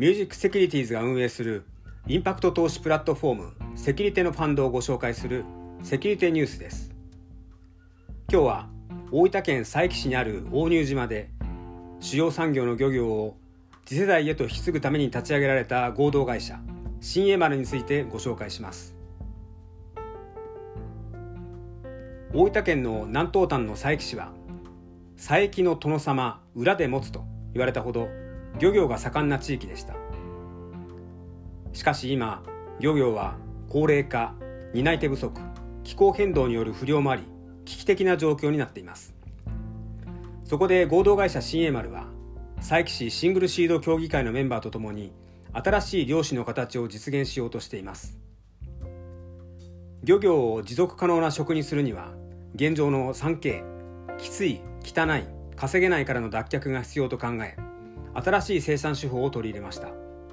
ミュージックセキュリティーズが運営するインパクト投資プラットフォームセキュリテのファンドをご紹介するセキュリテニュースです。今日は大分県佐伯市にある大乳島で主要産業の漁業を次世代へと引き継ぐために立ち上げられた合同会社新江丸についてご紹介します。大分県の南東端の佐伯市は佐伯の殿様裏で持つと言われたほど漁業が盛んな地域でした。しかし今漁業は高齢化、担い手不足、気候変動による不漁もあり危機的な状況になっています。そこで合同会社新江丸は佐伯市シングルシード協議会のメンバーとともに新しい漁師の形を実現しようとしています。漁業を持続可能な職にするには現状の 3K、 きつい、汚い、稼げないからの脱却が必要と考え、新しい生産手法を取り入れました。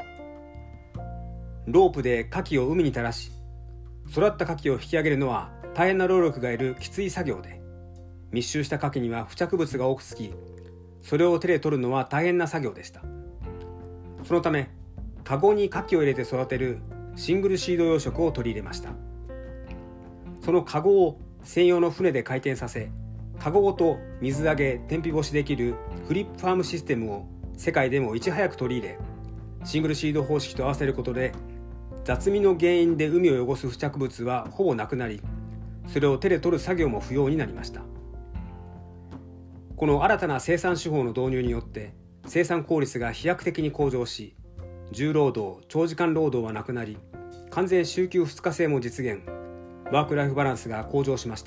ロープで牡蠣を海に垂らし、育った牡蠣を引き上げるのは大変な労力がいるきつい作業で、密集した牡蠣には付着物が多くつき、それを手で取るのは大変な作業でした。そのためカゴに牡蠣を入れて育てるシングルシード養殖を取り入れました。そのカゴを専用の船で回転させ、カゴごと水揚げ、天日干しできるフリップファームシステムを世界でもいち早く取り入れ、シングルシード方式と合わせることで雑味の原因で海を汚す付着物はほぼなくなり、それを手で取る作業も不要になりました。この新たな生産手法の導入によって生産効率が飛躍的に向上し、重労働、長時間労働はなくなり、完全週休2日制も実現、ワークライフバランスが向上しました。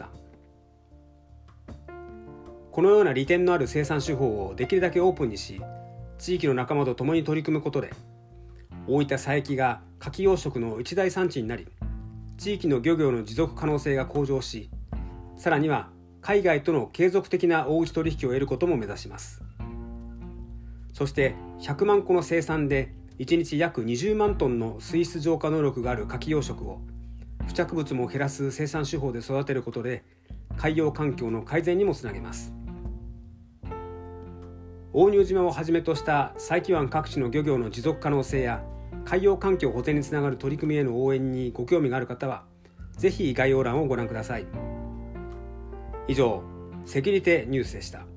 このような利点のある生産手法をできるだけオープンにし、地域の仲間と共に取り組むことで、大分佐伯が牡蠣養殖の一大産地になり、地域の漁業の持続可能性が向上し、さらには海外との継続的な大内取引を得ることも目指します。そして100万個の生産で1日約20万トンの水質浄化能力がある牡蠣養殖を付着物も減らす生産手法で育てることで海洋環境の改善にもつなげます。大乳島をはじめとした佐伯湾各地の漁業の持続可能性や海洋環境保全につながる取り組みへの応援にご興味がある方はぜひ概要欄をご覧ください。以上、セキュリテニュースでした。